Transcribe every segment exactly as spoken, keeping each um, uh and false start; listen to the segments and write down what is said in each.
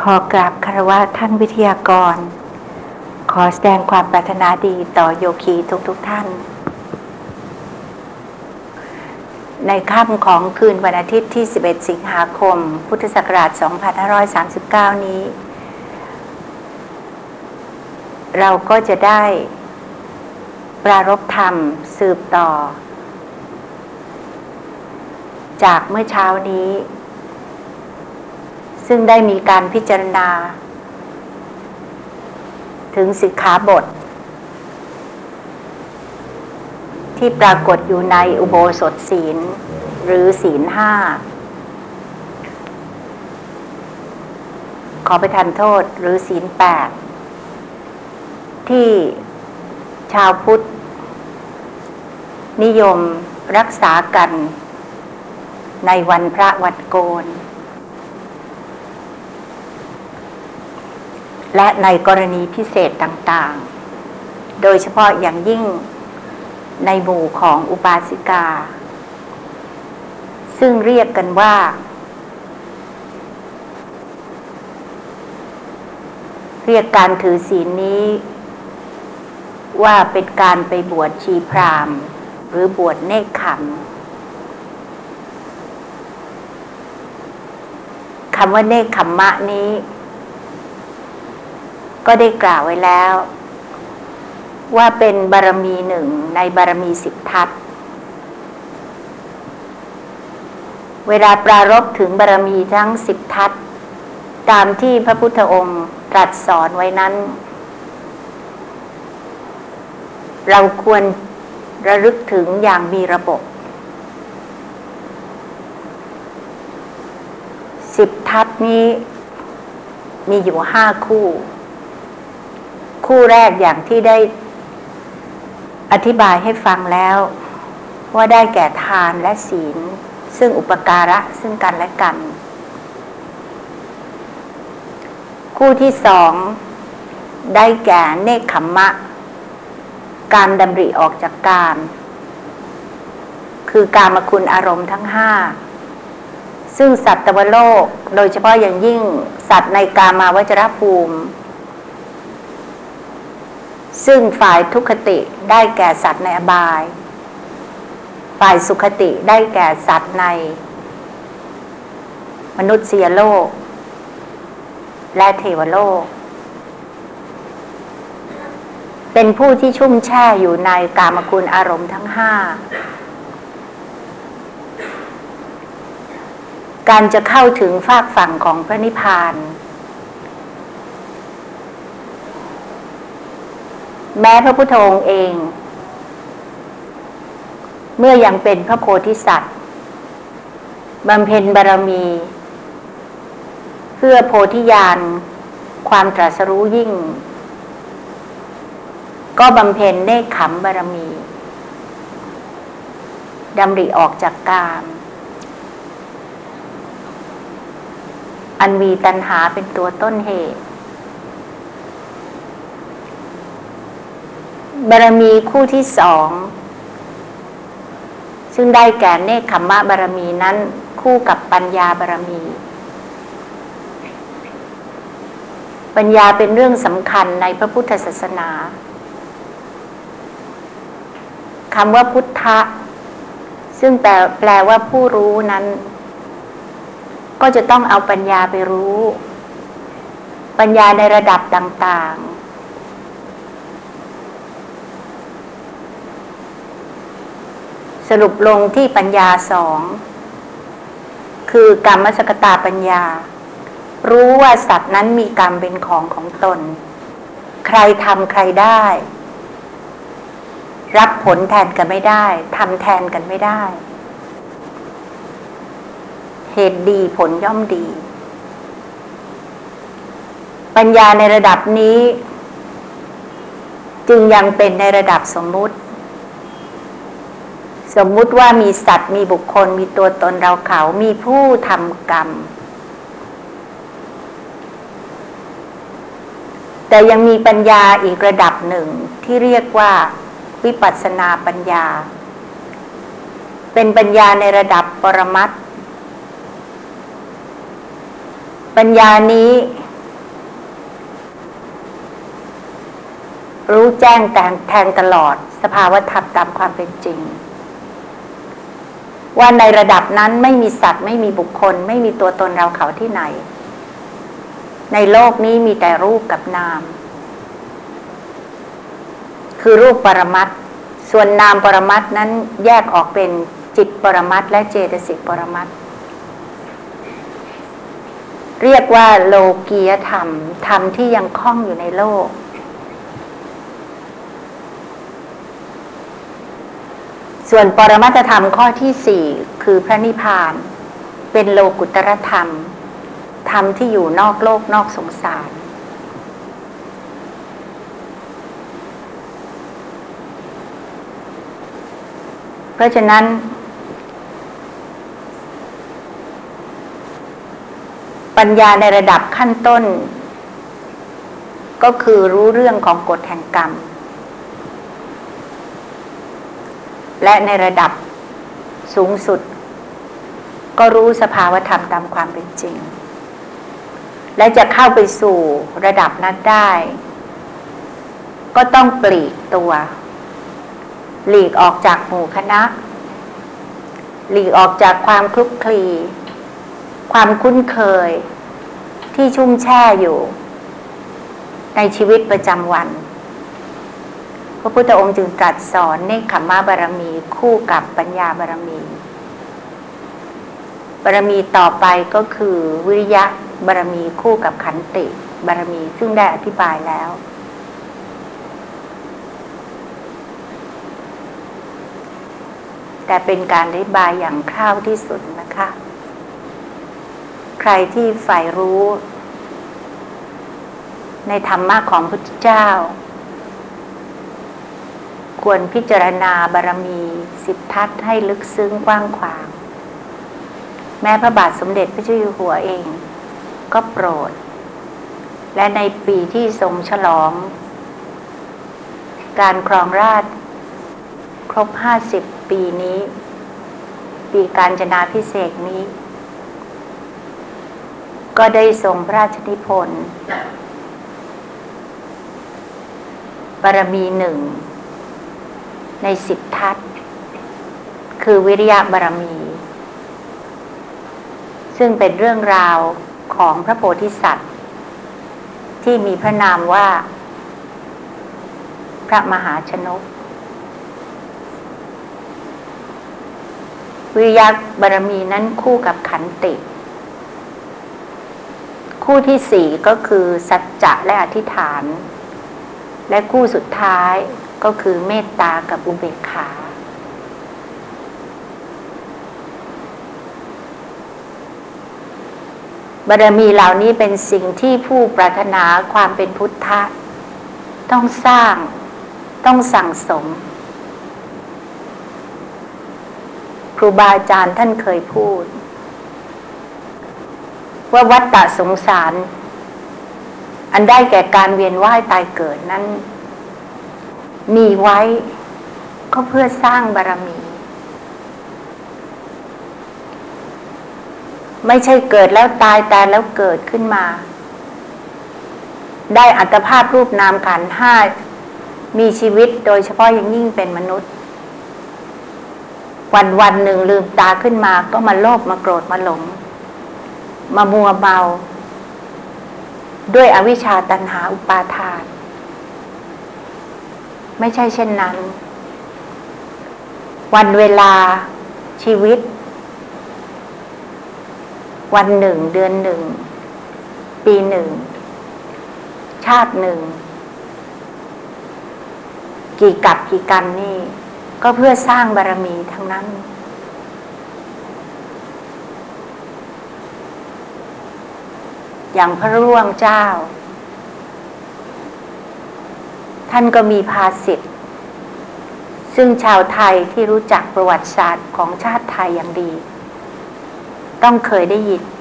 อกราบคารวะท่านวิทยากรขอแสดงความปรารถนาดีต่อโยคีทุกๆ ท่านในค่ำของคืนวันอาทิตย์ที่สิบเอ็ดสิงหาคมพุทธศักราชสองพันห้าร้อยสามสิบเก้านี้เราก็จะได้ปรารภธรรมสืบต่อจากเมื่อเช้านี้ซึ่งได้มีการพิจารณาถึงสิกขาบทที่ปรากฏอยู่ในอุโบสถศีลหรือศีลห้าขอประทานโทษหรือศีลแปดที่ชาวพุทธนิยมรักษากันในวันพระวันโกนและในกรณีพิเศษต่างๆโดยเฉพาะอย่างยิ่งในหมู่ของอุบาสิกาซึ่งเรียกกันว่าเรียกการถือศีลนี้ว่าเป็นการไปบวชชีพราหมณ์หรือบวชเนกขัมคำว่าเนกขัมมะนี้ก็ได้กล่าวไว้แล้วว่าเป็นบารมีหนึ่งในบารมีสิบทัศน์เวลาปรารภถึงบารมีทั้งสิบทัศน์ตามที่พระพุทธองค์ตรัสสอนไว้นั้นเราควรระลึกถึงอย่างมีระบบสิบทัศน์นี้มีอยู่ห้าคู่คู่แรกอย่างที่ได้อธิบายให้ฟังแล้วว่าได้แก่ทานและศีลซึ่งอุปการะซึ่งกันและกันคู่ที่สองได้แก่เนกขัมมะการดำริออกจากกามคือกามคุณอารมณ์ทั้งห้าซึ่งสัตวโลกโดยเฉพาะอย่างยิ่งสัตว์ในกามาวจรภูมิซึ่งฝ่ายทุกขติได้แก่สัตว์ในอบายฝ่ายสุขติได้แก่สัตว์ในมนุษยโลกและเทวโลกเป็นผู้ที่ชุ่มแช่อยู่ในกามคุณอารมณ์ทั้งห้าการจะเข้าถึงฟากฝั่งของพระนิพพานแม้พระพุทธองค์เองเมื่อยังเป็นพระโพธิสัตว์บำเพ็ญบารมีเพื่อโพธิญาณความตรัสรู้ยิ่งก็บำเพ็ญเนกขัมบารมีดำริออกจากกามอันมีตัณหาเป็นตัวต้นเหตุบารมีคู่ที่สองซึ่งได้แก่เนกขัมมะบารมีนั้นคู่กับปัญญาบารมีปัญญาเป็นเรื่องสำคัญในพระพุทธศาสนาคำว่าพุทธะซึ่งแปลแปลว่าผู้รู้นั้นก็จะต้องเอาปัญญาไปรู้ปัญญาในระดับต่างๆสรุปลงที่ปัญญาสองคือกรรมสกตาปัญญารู้ว่าสัตว์นั้นมีกรรมเป็นของของตนใครทำใครได้รับผลแทนกันไม่ได้ทำแทนกันไม่ได้เหตุดีผลย่อมดีปัญญาในระดับนี้จึงยังเป็นในระดับสมมุติสมมุติว่ามีสัตว์มีบุคคลมีตัวตนเราเขามีผู้ทำกรรมแต่ยังมีปัญญาอีกระดับหนึ่งที่เรียกว่าวิปัสสนาปัญญาเป็นปัญญาในระดับปรมัตถ์ปัญญานี้รู้แจ้งแทงแทงตลอดสภาวธรรมตามความเป็นจริงว่าในระดับนั้นไม่มีสัตว์ไม่มีบุคคลไม่มีตัวตนเราเขาที่ไหนในโลกนี้มีแต่รูปกับนามคือรูปปรมัตถ์ส่วนนามปรมัตถ์นั้นแยกออกเป็นจิตปรมัตถ์และเจตสิกปรมัตถ์เรียกว่าโลกียธรรมธรรมที่ยังคล่องอยู่ในโลกส่วนปรมัตถธรรมข้อที่สี่คือพระนิพพานเป็นโลกุตตรธรรมธรรมที่อยู่นอกโลกนอกสงสารเพราะฉะนั้นปัญญาในระดับขั้นต้นก็คือรู้เรื่องของกฎแห่งกรรมและในระดับสูงสุดก็รู้สภาวธรรมตามความเป็นจริงและจะเข้าไปสู่ระดับนั้นได้ก็ต้องปลีกตัวหลีกออกจากหมู่คณะหลีกออกจากความคลุกคลีความคุ้นเคยที่ชุ่มแช่อยู่ในชีวิตประจำวันพระพุทธองค์จึงตรัสสอนเนกขัมมะบารมีคู่กับปัญญาบารมีบารมีต่อไปก็คือวิริยะบารมีคู่กับขันติบารมีซึ่งได้อธิบายแล้วแต่เป็นการอธิบายอย่างคร่าวที่สุดนะคะใครที่ใฝ่รู้ในธรรมะของพระพุทธเจ้าควรพิจารณาบารมีสิบทัศน์ให้ลึกซึ้งกว้างขวางแม้พระบาทสมเด็จพระเจ้าอยู่หัวเองก็โปรดและในปีที่ทรงฉลองการครองราชย์ครบห้าสิบปีนี้ปีกาญจนาภิเษกนี้ก็ได้ทรงพระราชนิพนธ์บารมีหนึ่งในสิบทัศน์คือวิริยะบารมีซึ่งเป็นเรื่องราวของพระโพธิสัตว์ที่มีพระนามว่าพระมหาชนกวิริยะบารมีนั้นคู่กับขันติคู่ที่สี่ก็คือสัจจะและอธิษฐานและคู่สุดท้ายก็คือเมตตากับอุเบกขาบารมีเหล่านี้เป็นสิ่งที่ผู้ปรารถนาความเป็นพุทธะต้องสร้างต้องสั่งสมครูบาอาจารย์ท่านเคยพูดว่าวัฏฏะสงสารอันได้แก่การเวียนว่ายตายเกิดนั้นมีไว้ก็เพื่อสร้างบารมีไม่ใช่เกิดแล้วตายแต่แล้วเกิดขึ้นมาได้อัตภาพรูปนามขันธ์ห้ามีชีวิตโดยเฉพาะอย่างยิ่งเป็นมนุษย์วันวันหนึ่งลืมตาขึ้นมาก็มาโลภมาโกรธมาหลงมามัวเมาด้วยอวิชชาตัณหาอุปาทานไม่ใช่เช่นนั้นวันเวลาชีวิตวันหนึ่งเดือนหนึ่งปีหนึ่งชาติหนึ่งกี่กับกี่กันนี่ก็เพื่อสร้างบารมีทั้งนั้นอย่างพระร่วงเจ้าท่านก็มีภาษิตซึ่งชาวไทยที่รู้จักประวัติศาสตร์ของชาติไทยอย่างดีต้องเคยได้ยิน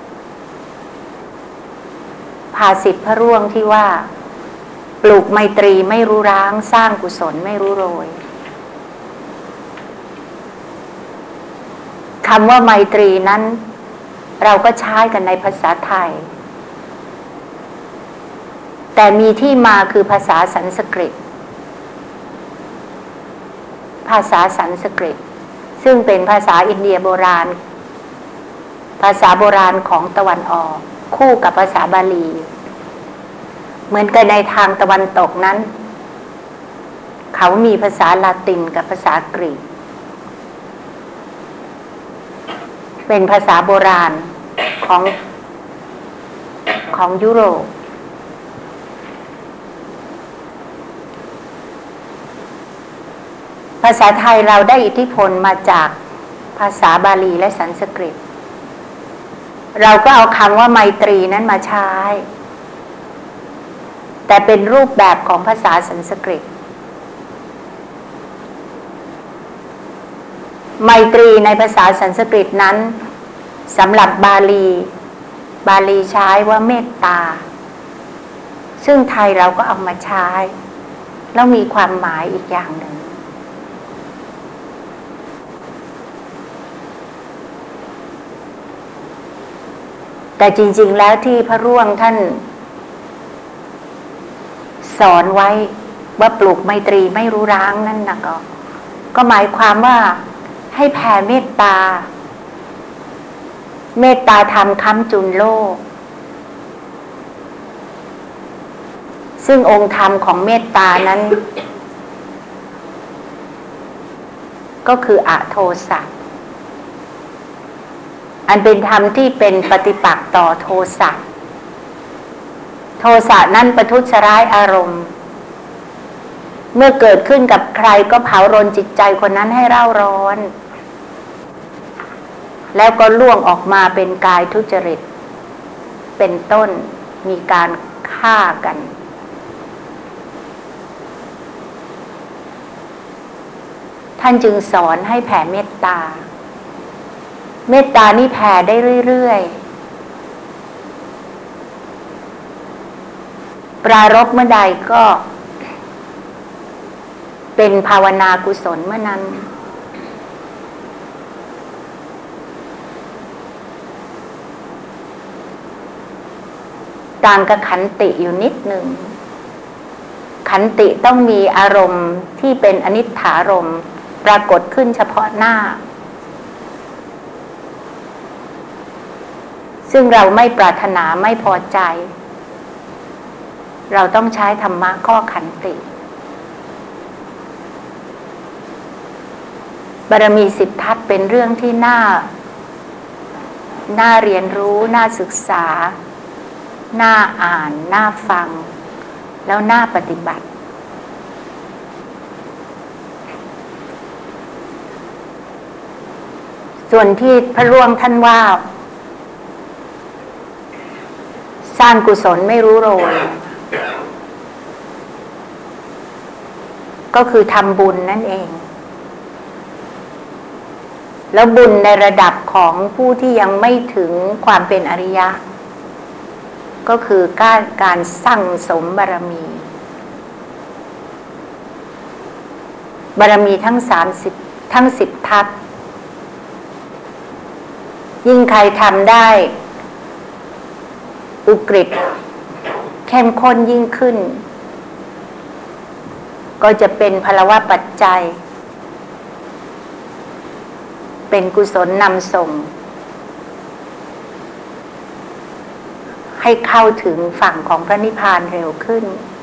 ภาษิตพระร่วงที่ว่าปลูกไมตรีไม่รู้ร้างสร้างกุศลไม่รู้โรยคำว่าไมตรีนั้นเราก็ใช้กันในภาษาไทยแต่มีที่มาคือภาษาสันสกฤตภาษาสันสกฤตซึ่งเป็นภาษาอินเดียโบราณภาษาโบราณของตะวันออกคู่กับภาษาบาลีเหมือนกันในทางตะวันตกนั้นเขามีภาษาลาตินกับภาษากรีกเป็นภาษาโบราณของของยุโรปภาษาไทยเราได้อิทธิพลมาจากภาษาบาลีและสันสกฤตเราก็เอาคำว่าไมตรีนั้นมาใช้แต่เป็นรูปแบบของภาษาสันสกฤตไมตรีในภาษาสันสกฤตนั้นสำหรับบาลีบาลีใช้ว่าเมตตาซึ่งไทยเราก็เอามาใช้แล้วมีความหมายอีกอย่างหนึ่งแต่จริงๆแล้วที่พระร่วงท่านสอนไว้ว่าปลูกไมตรีไม่รู้ร้างนั่นนะก็ก็หมายความว่าให้แผ่เมตตาเมตตาธรรมค้ำจุนโลกซึ่งองค์ธรรมของเมตตานั้นก็คืออโทสะอันเป็นธรรมที่เป็นปฏิปักษ์ต่อโทสะโทสะนั้นประทุษร้ายอารมณ์เมื่อเกิดขึ้นกับใครก็เผารนจิตใจคนนั้นให้เร่าร้อนแล้วก็ล่วงออกมาเป็นกายทุจริตเป็นต้นมีการฆ่ากันท่านจึงสอนให้แผ่เมตตาเมตตานี่แผ่ได้เรื่อยๆปรารภเมื่อใดก็เป็นภาวนากุศลเมื่อนั้นต่างกับขันติอยู่นิดหนึ่งขันติต้องมีอารมณ์ที่เป็นอนิจฐารมณ์ปรากฏขึ้นเฉพาะหน้าซึ่งเราไม่ปรารถนาไม่พอใจเราต้องใช้ธรรมะข้อขันติบารมีสิบทัศน์เป็นเรื่องที่น่าน่าเรียนรู้น่าศึกษาน่าอ่านน่าฟังแล้วน่าปฏิบัติส่วนที่พระร่วงท่านว่าสร้างกุศลไม่รู้โรยก็คือทำบุญนั่นเองแล้วบุญในระดับของผู้ที่ยังไม่ถึงความเป็นอริยะก็คือการการสร้างสมบารมีบารมีทั้งสามสิบทั้งสิบทัศน์ยิ่งใครทำได้อุกฤษเข้มข้นยิ่งขึ้นก็จะเป็นพลวะปัจจัยเป็นกุศลนำส่งให้เข้าถึงฝั่งของพระนิพพานเร็วขึ้น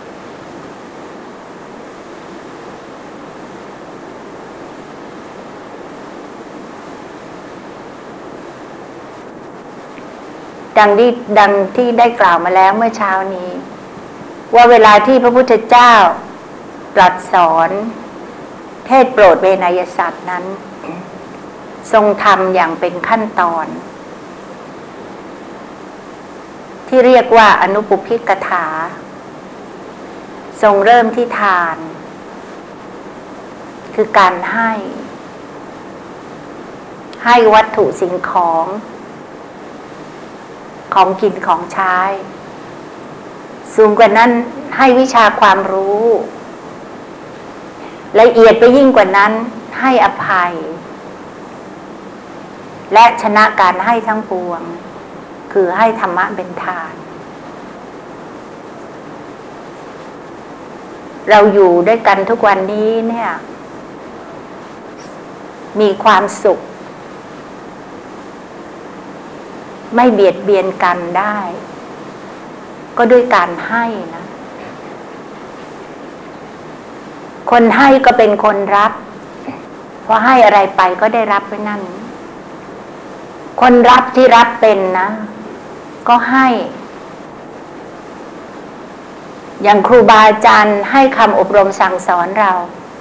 ดังที่ดังที่ได้กล่าวมาแล้วเมื่อเช้านี้ว่าเวลาที่พระพุทธเจ้าตรัสสอนเทศโปรดเวนยสัตว์นั้นทรงทำอย่างเป็นขั้นตอนที่เรียกว่าอนุปุพพิกถาทรงเริ่มที่ทานคือการให้ให้วัตถุสิ่งของของกินของใช้สูงกว่านั้นให้วิชาความรู้ละเอียดไปยิ่งกว่านั้นให้อภัยและชนะการให้ทั้งปวงคือให้ธรรมะเป็นทานเราอยู่ด้วยกันทุกวันนี้เนี่ยมีความสุขไม่เบียดเบียนกันได้ก็ด้วยการให้นะคนให้ก็เป็นคนรับพอให้อะไรไปก็ได้รับไปนั่นคนรับที่รับเป็นนะก็ให้อย่างครูบาอาจารย์ให้คำอบรมสั่งสอนเรา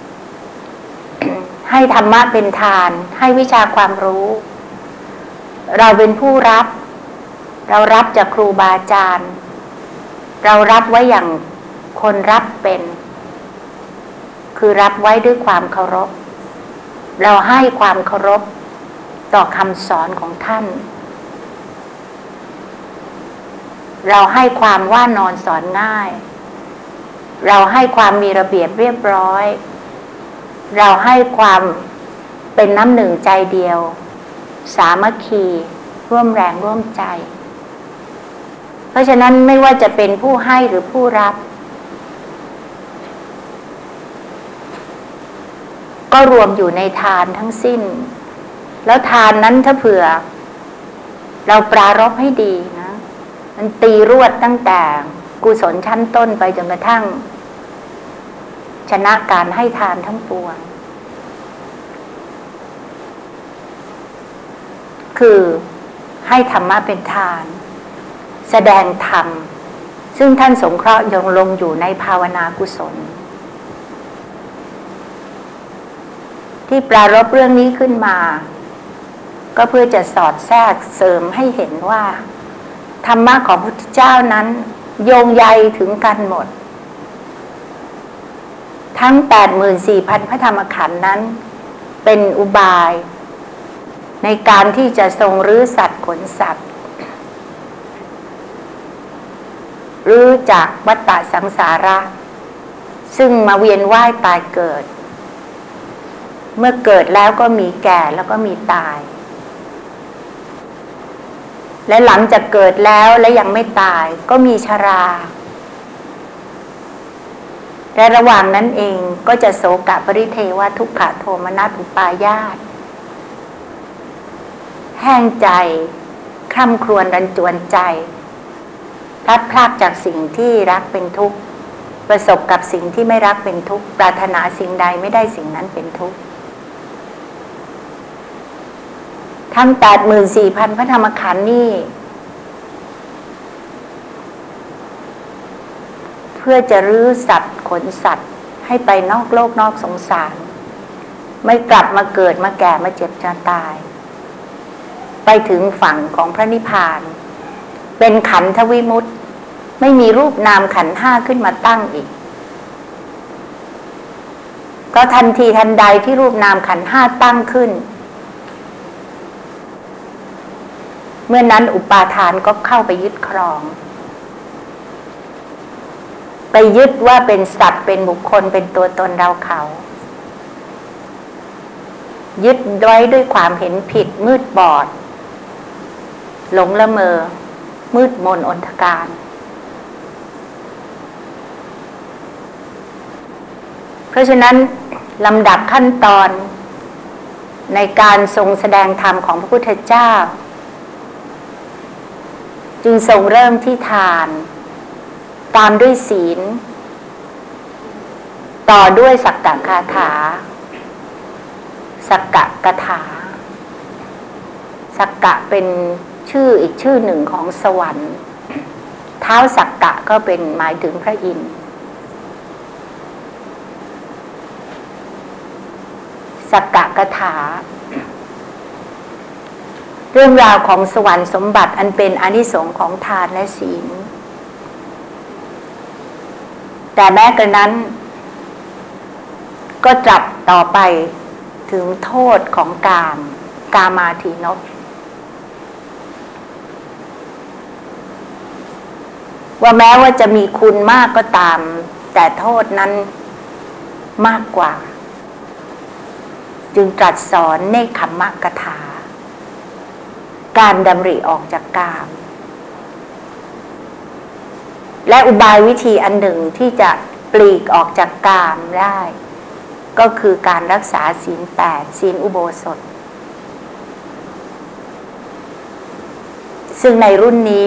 ให้ธรรมะเป็นทานให้วิชาความรู้เราเป็นผู้รับเรารับจากครูบาอาจารย์เรารับไว้อย่างคนรับเป็นคือรับไว้ด้วยความเคารพเราให้ความเคารพต่อคำสอนของท่านเราให้ความว่านอนสอนง่ายเราให้ความมีระเบียบเรียบร้อยเราให้ความเป็นน้ำหนึ่งใจเดียวสามัคคีร่วมแรงร่วมใจเพราะฉะนั้นไม่ว่าจะเป็นผู้ให้หรือผู้รับก็รวมอยู่ในทานทั้งสิ้นแล้วทานนั้นถ้าเผื่อเราปรารภให้ดีนะมันตีรวดตั้งแต่กุศลชั้นต้นไปจนกระทั่งชนะการให้ทานทั้งปวงคือให้ธรรมะเป็นทานแสดงธรรมซึ่งท่านสงเคราะห์ยงลงอยู่ในภาวนากุศลที่ปรารภเรื่องนี้ขึ้นมาก็เพื่อจะสอดแทรกเสริมให้เห็นว่าธรรมะของพระพุทธเจ้านั้นโยงใยถึงกันหมดทั้ง แปดหมื่นสี่พัน พระธรรมขันธ์นั้นเป็นอุบายในการที่จะทรงรื้อสัตว์ขนสัตว์รื้อจากวัฏฏะสังสาระซึ่งมาเวียนว่ายตายเกิดเมื่อเกิดแล้วก็มีแก่แล้วก็มีตายและหลังจากเกิดแล้วและยังไม่ตายก็มีชราและระหว่างนั้นเองก็จะโศกะปริเทวทุกขโทมนัสอุปายาสแห้งใจคร่ำครวญรันจวนใจพลัดพรากจากสิ่งที่รักเป็นทุกข์ประสบกับสิ่งที่ไม่รักเป็นทุกข์ปรารถนาสิ่งใดไม่ได้สิ่งนั้นเป็นทุกข์ทั้ง แปดหมื่นสี่พัน พระธรรมขันธ์นี่เพื่อจะรื้อสัตว์ขนสัตว์ให้ไปนอกโลกนอกสงสารไม่กลับมาเกิดมาแก่มาเจ็บจะตายไปถึงฝั่งของพระนิพพานเป็นขันธวิมุตติไม่มีรูปนามขันธ์ห้าขึ้นมาตั้งอีกก็ทันทีทันใดที่รูปนามขันธ์ห้าตั้งขึ้นเมื่อนั้นอุปาทานก็เข้าไปยึดครองไปยึดว่าเป็นสัตว์เป็นบุคคลเป็นตัวตนเราเขายึดไว้ด้วยความเห็นผิดมืดบอดหลงละเมอมืดมนอนทการเพราะฉะนั้นลำดับขั้นตอนในการทรงแสดงธรรมของพระพุทธเจ้าจึงทรงเริ่มที่ทานตามด้วยศีลต่อด้วยสักกะคาถาสักกะกถาสักกะเป็นชื่ออีกชื่อหนึ่งของสวรรค์เท้าสักกะก็เป็นหมายถึงพระอินทร์สักกะกถาเรื่องราวของสวรรค์สมบัติอันเป็นอานิสงส์ของทานและศีลแต่แม้กระนั้นก็ตรัสต่อไปถึงโทษของกามกามาทีนพว่าแม้ว่าจะมีคุณมากก็ตามแต่โทษนั้นมากกว่าจึงตรัสสอนเนคขมมะกถาการดำริออกจากกามและอุบายวิธีอันหนึ่งที่จะปลีกออกจากกามได้ก็คือการรักษาศีลแปดศีลอุโบสถซึ่งในรุ่นนี้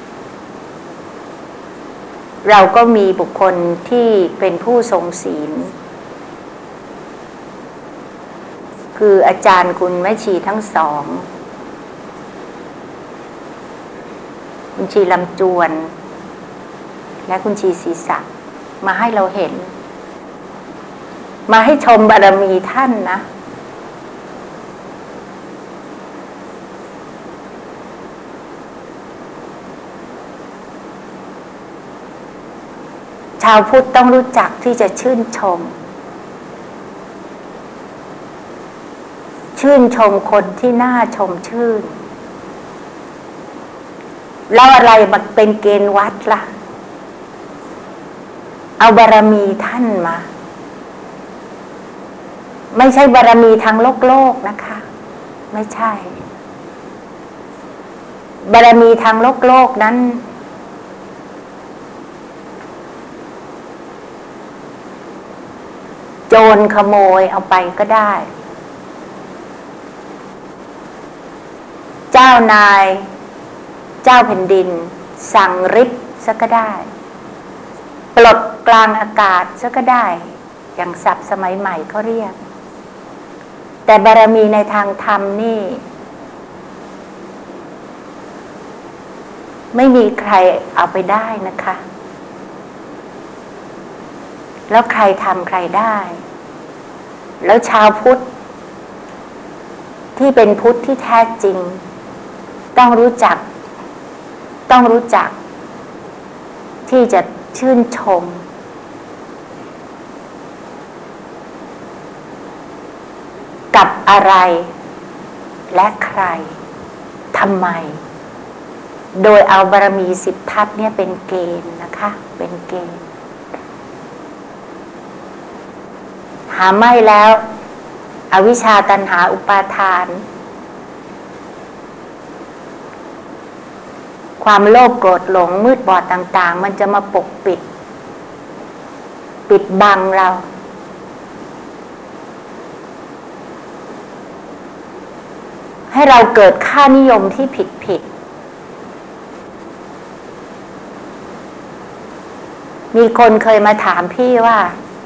เราก็มีบุคคลที่เป็นผู้ทรงศีลคืออาจารย์คุณแม่ชีทั้งสองคุณชีลำจวนและคุณชีศรีศักดิ์มาให้เราเห็นมาให้ชมบารมีท่านนะชาวพุทธต้องรู้จักที่จะชื่นชมชื่นชมคนที่น่าชมชื่นแล้วอะไรมาเป็นเกณฑ์วัดล่ะเอาบารมีท่านมาไม่ใช่บารมีทางโลกโลกนะคะไม่ใช่บารมีทางโลกโลกนั้นโจรขโมยเอาไปก็ได้เจ้านายเจ้าแผ่นดินสั่งริบซะก็ได้ปลดกลางอากาศซะก็ได้อย่างศัพท์สมัยใหม่เขาเรียกแต่บารมีในทางธรรมนี่ไม่มีใครเอาไปได้นะคะแล้วใครทำใครได้แล้วชาวพุทธที่เป็นพุทธที่แท้จริงต้องรู้จักต้องรู้จักที่จะชื่นชมกับอะไรและใครทำไมโดยเอาบารมีสิบทัศเนี่ยเป็นเกณฑ์นะคะเป็นเกณฑ์หาไม่แล้วอวิชชาตัณหาอุปาทานความโลภโกรธหลงมืดบอดต่างๆมันจะมาปกปิดปิดบังเราให้เราเกิดค่านิยมที่ผิดผิดมีคนเคยมาถามพี่ว่า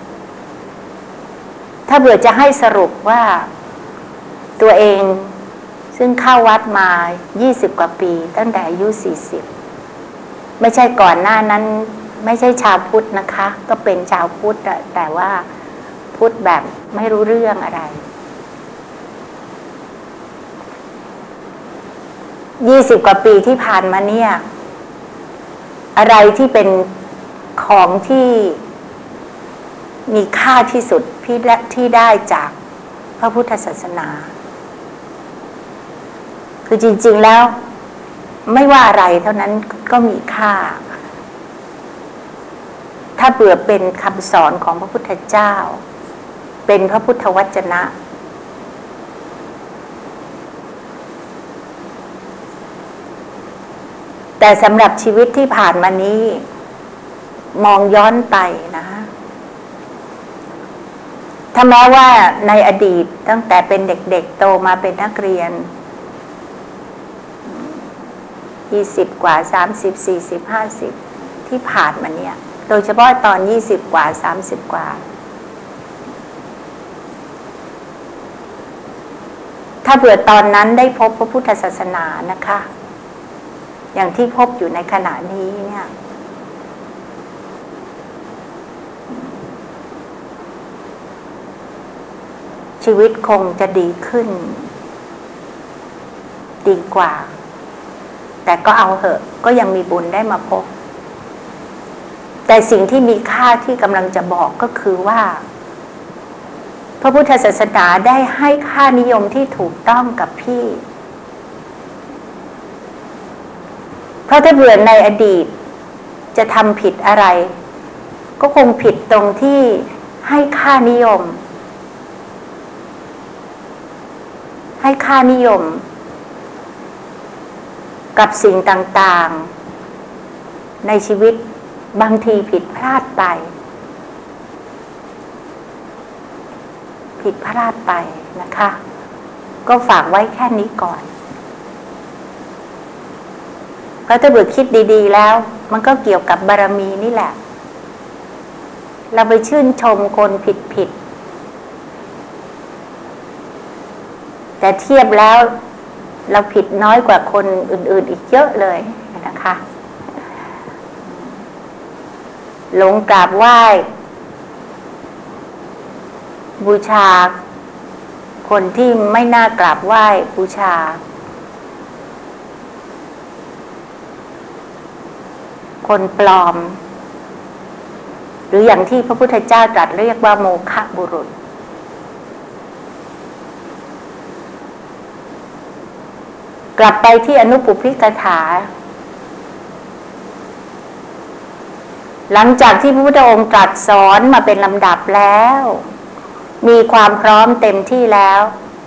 ถ้าเผื่อจะให้สรุปว่าตัวเองซึ่งเข้าวัดมายี่สิบกว่าปีตั้งแต่อายุสี่สิบไม่ใช่ก่อนหน้านั้นไม่ใช่ชาวพุทธนะคะก็เป็นชาวพุทธแต่ว่าพุทธแบบไม่รู้เรื่องอะไรยี่สิบกว่าปีที่ผ่านมาเนี่ยอะไรที่เป็นของที่มีค่าที่สุดพี่และที่ได้จากพระพุทธศาสนาคือจริงๆแล้วไม่ว่าอะไรเท่านั้นก็มีค่าถ้าเบื่อเป็นคำสอนของพระพุทธเจ้าเป็นพระพุทธวจนะแต่สำหรับชีวิตที่ผ่านมานี้มองย้อนไปนะถ้าแม้ว่าในอดีตตั้งแต่เป็นเด็กๆโตมาเป็นนักเรียนยี่สิบกว่าสามสิบสี่สิบห้าสิบที่ผ่านมาเนี่ยโดยเฉพาะตอนยี่สิบกว่าสามสิบกว่าถ้าเผื่อตอนนั้นได้พบพระพุทธศาสนานะคะอย่างที่พบอยู่ในขณะนี้เนี่ยชีวิตคงจะดีขึ้นดีกว่าแต่ก็เอาเหอะก็ยังมีบุญได้มาพบแต่สิ่งที่มีค่าที่กำลังจะบอกก็คือว่าพระพุทธศาสนาได้ให้ค่านิยมที่ถูกต้องกับพี่เพราะถ้าเผื่อในอดีตจะทำผิดอะไรก็คงผิดตรงที่ให้ค่านิยมให้ค่านิยมกับสิ่งต่างๆในชีวิตบางทีผิดพลาดไปผิดพลาดไปนะคะ ก็ฝากไว้แค่นี้ก่อนเพราะถ้าเบื่อคิดดีๆแล้วมันก็เกี่ยวกับบารมีนี่แหละเราไปชื่นชมคนผิดๆแต่เทียบแล้วเราผิดน้อยกว่าคนอื่นๆอีกเยอะเลยนะคะหลงกราบไหว้บูชาคนที่ไม่น่ากราบไหว้บูชาคนปลอมหรืออย่างที่พระพุทธเจ้าตรัสเรียกว่าโมฆะบุรุษกลับไปที่อนุปุพพิกถาหลังจากที่พระพุทธองค์ตรัสสอนมาเป็นลำดับแล้วมีความพร้อมเต็มที่แล้ว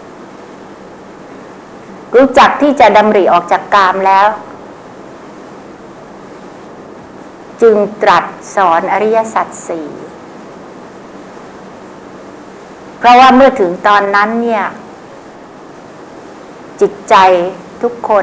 รู้จักที่จะดำริออกจากกามแล้วจึงตรัสสอนอริยสัจสี่เพราะว่าเมื่อถึงตอนนั้นเนี่ยจิตใจทุกคน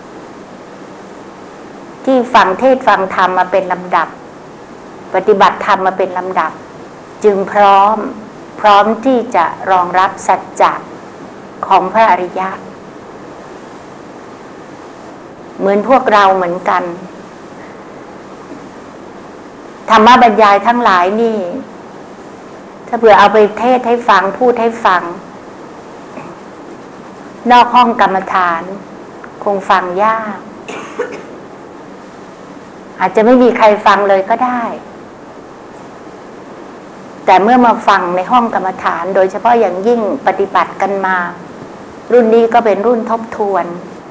ที่ฟังเทศฟังธรรมมาเป็นลำดับปฏิบัติธรรมมาเป็นลำดับจึงพร้อมพร้อมที่จะรองรับสัจจะของพระอริยะเหมือนพวกเราเหมือนกันธรรมบรรยายทั้งหลายนี่ถ้าเผื่อเอาไปเทศให้ฟังพูดให้ฟังนอกห้องกรรมฐานคงฟังยากอาจจะไม่มีใครฟังเลยก็ได้แต่เมื่อมาฟังในห้องกรรมฐานโดยเฉพาะอย่างยิ่งปฏิบัติกันมารุ่นนี้ก็เป็นรุ่นทบทวน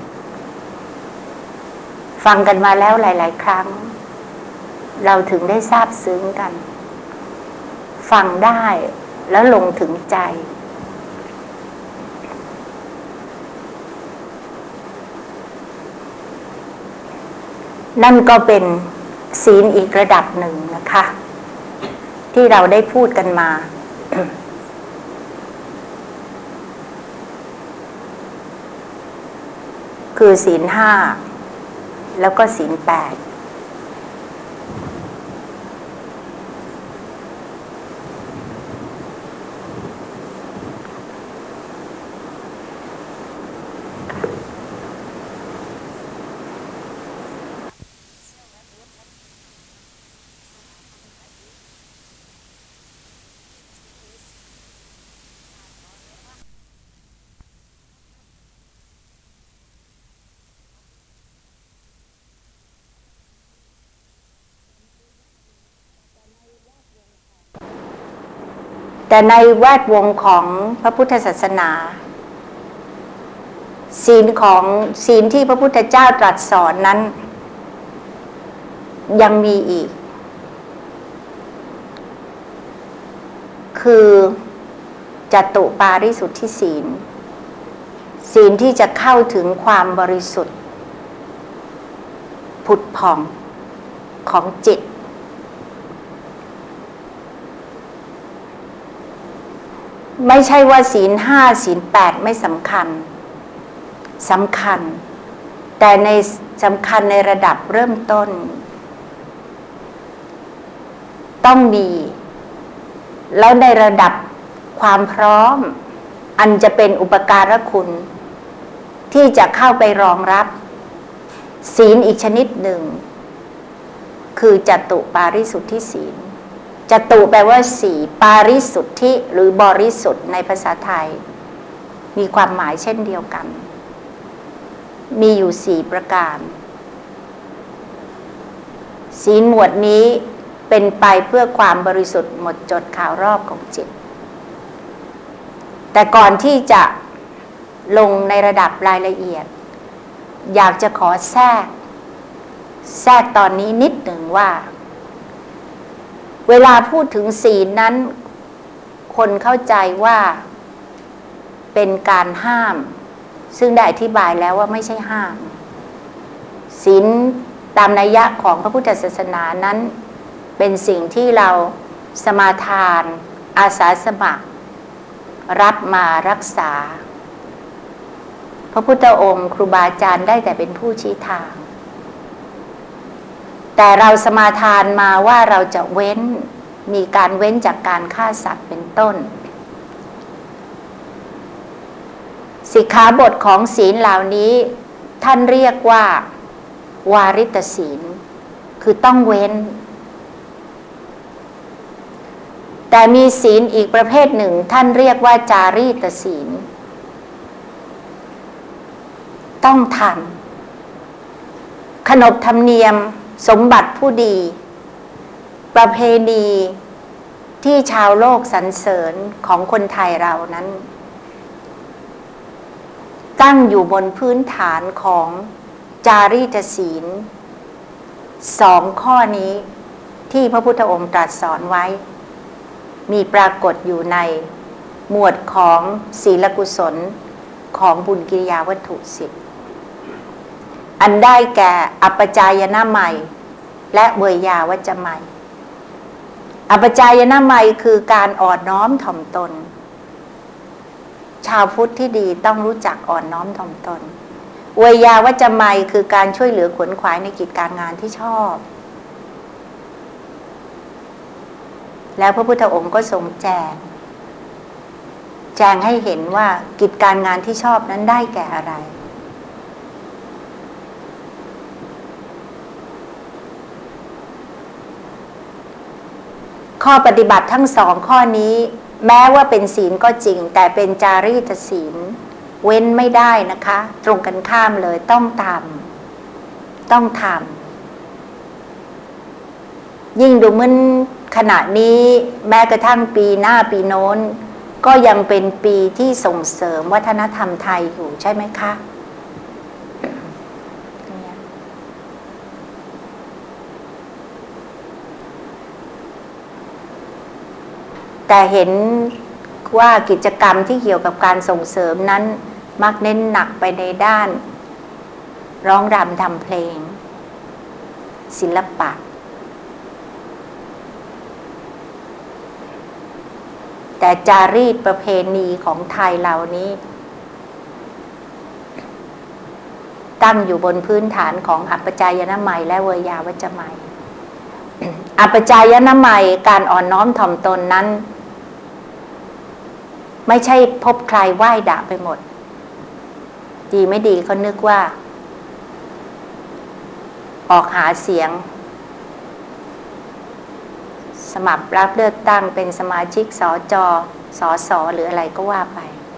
ฟังกันมาแล้วหลายๆครั้งเราถึงได้ทราบซึ้งกันฟังได้แล้วลงถึงใจนั่นก็เป็นศีลอีกระดับหนึ่งนะคะที่เราได้พูดกันมา คือศีลห้าแล้วก็ศีลแปดแต่ในแวดวงของพระพุทธศาสนาศีลของศีลที่พระพุทธเจ้าตรัสสอนนั้นยังมีอีกคือจตุปาริสุทธิศีลศีลที่จะเข้าถึงความบริสุทธิ์ผุดผ่องของจิตไม่ใช่ว่าศีลห้าศีลแปดไม่สำคัญสำคัญแต่ในสำคัญในระดับเริ่มต้นต้องมีแล้วในระดับความพร้อมอันจะเป็นอุปการะคุณที่จะเข้าไปรองรับศีลอีกชนิดหนึ่งคือจตุปาริสุทธิศีลจตุแปลว่าสี่ปาริสุทธิหรือบริสุทธิ์ในภาษาไทยมีความหมายเช่นเดียวกันมีอยู่สี่ประการศีลหมวดนี้เป็นไปเพื่อความบริสุทธิ์หมดจดข่าวรอบของจิตแต่ก่อนที่จะลงในระดับรายละเอียดอยากจะขอแทรกแทรกตอนนี้นิดหนึ่งว่าเวลาพูดถึงศีลนั้นคนเข้าใจว่าเป็นการห้ามซึ่งได้อธิบายแล้วว่าไม่ใช่ห้ามศีลตามนัยยะของพระพุทธศาสนานั้นเป็นสิ่งที่เราสมาทานอาสาสมัครรับมารักษาพระพุทธองค์ครูบาอาจารย์ได้แต่เป็นผู้ชี้ทางแต่เราสมาทานมาว่าเราจะเว้นมีการเว้นจากการฆ่าสัตว์เป็นต้นสิกขาบทของศีลเหล่านี้ท่านเรียกว่าวาริตศีลคือต้องเว้นแต่มีศีลอีกประเภทหนึ่งท่านเรียกว่าจารีตศีลต้องทำขนบธรรมเนียมสมบัติผู้ดีประเพณีที่ชาวโลกสรรเสริญของคนไทยเรานั้นตั้งอยู่บนพื้นฐานของจารีตศีลสองข้อนี้ที่พระพุทธองค์ตรัสสอนไว้มีปรากฏอยู่ในหมวดของศีลกุศลของบุญกิริยาวัตถุสิบอันได้แก่อัปปจายนะใหม่และเวยาวัจจะใหม่อัปปจายนะใหม่คือการอ่อนน้อมถ่อมตนชาวพุทธที่ดีต้องรู้จักอ่อนน้อมถ่อมตนเวยาวัจจะใหม่คือการช่วยเหลือขวนขวายในกิจการงานที่ชอบแล้วพระพุทธองค์ก็ทรงแจงแจงให้เห็นว่ากิจการงานที่ชอบนั้นได้แก่อะไรข้อปฏิบัติทั้งสองข้อนี้แม้ว่าเป็นศีลก็จริงแต่เป็นจารีตศีลเว้นไม่ได้นะคะตรงกันข้ามเลยต้องทำต้องทำยิ่งดูเหมือนขณะนี้แม้กระทั่งปีหน้าปีโน้นก็ยังเป็นปีที่ส่งเสริมวัฒนธรรมไทยอยู่ใช่ไหมคะแต่เห็นว่ากิจกรรมที่เกี่ยวกับการส่งเสริมนั้นมักเน้นหนักไปในด้านร้องรำทำเพลงศิลปะแต่จารีตประเพณีของไทยเหล่านี้ตั้งอยู่บนพื้นฐานของอัปปจายนะใหม่และเวยาวัจจะใหม่อัปปจายนะใหม่การอ่อนน้อมถ่อมตนนั้นไม่ใช่พบใครไหว้ด่าไปหมดดีไม่ดีเขานึกว่าออกหาเสียงสมัครรับเลือกตั้งเป็นสมาชิกสจสสหรืออะไรก็ว่าไป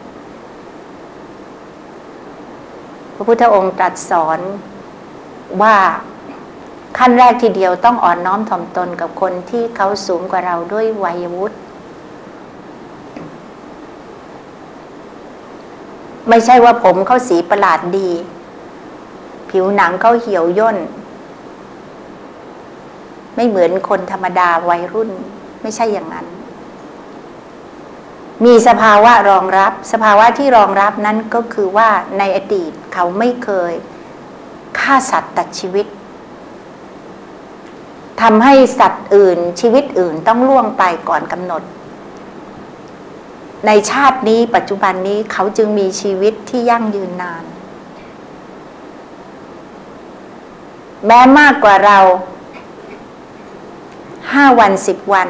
พระพุทธองค์ตรัสสอนว่าขั้นแรกทีเดียวต้องอ่อนน้อมถ่อมตนกับคนที่เขาสูงกว่าเราด้วยวัยวุฒิไม่ใช่ว่าผมเขาสีประหลาดดีผิวหนังเขาเหี่ยวย่นไม่เหมือนคนธรรมดาวัยรุ่นไม่ใช่อย่างนั้นมีสภาวะรองรับสภาวะที่รองรับนั้นก็คือว่าในอดีตเขาไม่เคยฆ่าสัตว์ตัดชีวิตทำให้สัตว์อื่นชีวิตอื่นต้องล่วงไปก่อนกำหนดในชาตินี้ปัจจุบันนี้เขาจึงมีชีวิตที่ยั่งยืนนานแม้มากกว่าเราห้าวันสิบวัน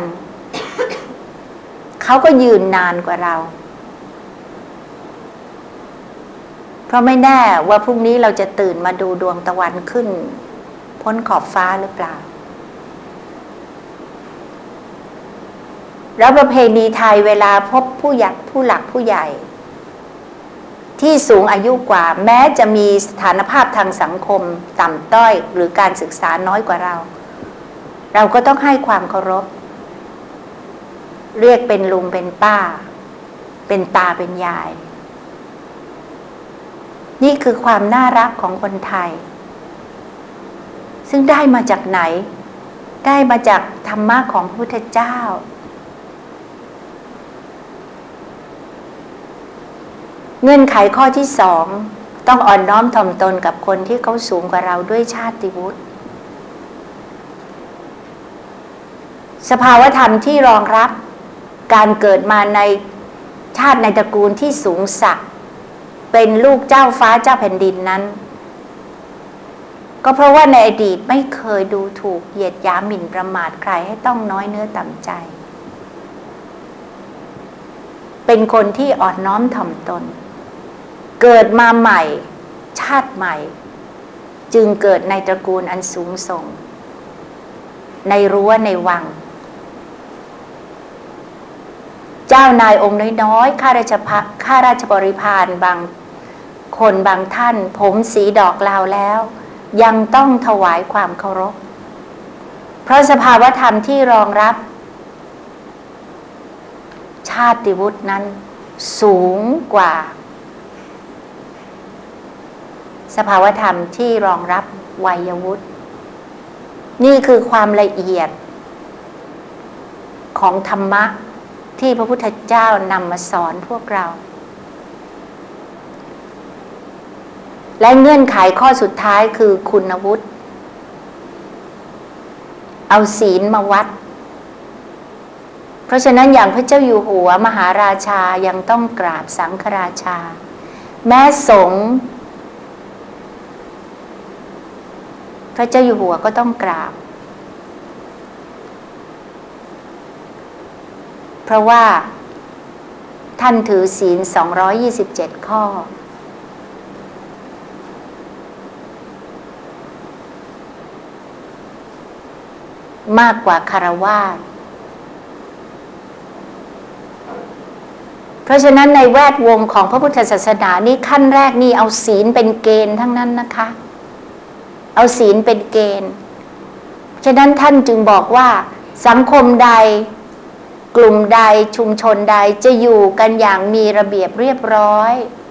เขาก็ยืนนานกว่าเราเพราะไม่แน่ว่าพรุ่งนี้เราจะตื่นมาดูดวงตะวันขึ้นพ้นขอบฟ้าหรือเปล่าแล้วประเพณีไทยเวลาพบผู้ใหญ่ผู้หลักผู้ใหญ่ที่สูงอายุกว่าแม้จะมีสถานภาพทางสังคมต่ำต้อยหรือการศึกษาน้อยกว่าเราเราก็ต้องให้ความเคารพเรียกเป็นลุงเป็นป้าเป็นตาเป็นยายนี่คือความน่ารักของคนไทยซึ่งได้มาจากไหนได้มาจากธรรมะของพระพุทธเจ้าเงื่อนไขข้อที่สองต้องอ่อนน้อมถ่อมตนกับคนที่เขาสูงกว่าเราด้วยชาติวุฒิสภาวธรรมที่รองรับการเกิดมาในชาติในตระกูลที่สูงสักเป็นลูกเจ้าฟ้าเจ้าแผ่นดินนั้นก็เพราะว่าในอดีตไม่เคยดูถูกเหยียดหยามหมิ่นประมาทใครให้ต้องน้อยเนื้อต่ำใจเป็นคนที่อ่อนน้อมถ่อมตนเกิดมาใหม่ชาติใหม่จึงเกิดในตระกูลอันสูงส่งในรั้วในวังเจ้านายองค์น้อยๆข้าราชพข้าราชบริพารบางคนบางท่านผมสีดอกลาวแล้วยังต้องถวายความเคารพเพราะสภาวธรรมที่รองรับชาติวุฒินั้นสูงกว่าสภาวธรรมที่รองรับวัยวุฒินี่คือความละเอียดของธรรมะที่พระพุทธเจ้านำมาสอนพวกเราและเงื่อนไขข้อสุดท้ายคือคุณวุฒิเอาศีลมาวัดเพราะฉะนั้นอย่างพระเจ้าอยู่หัวมหาราชายังต้องกราบสังฆราชาแม้สงฆ์พระเจ้าอยู่หัวก็ต้องกราบเพราะว่าท่านถือศีลสองร้อยยี่สิบเจ็ดข้อมากกว่าคฤหัสถ์เพราะฉะนั้นในแวดวงของพระพุทธศาสนานี่ขั้นแรกนี่เอาศีลเป็นเกณฑ์ทั้งนั้นนะคะเอาศีลเป็นเกณฑ์ฉะนั้นท่านจึงบอกว่าสังคมใดกลุ่มใดชุมชนใดจะอยู่กันอย่างมีระเบียบเรียบร้อย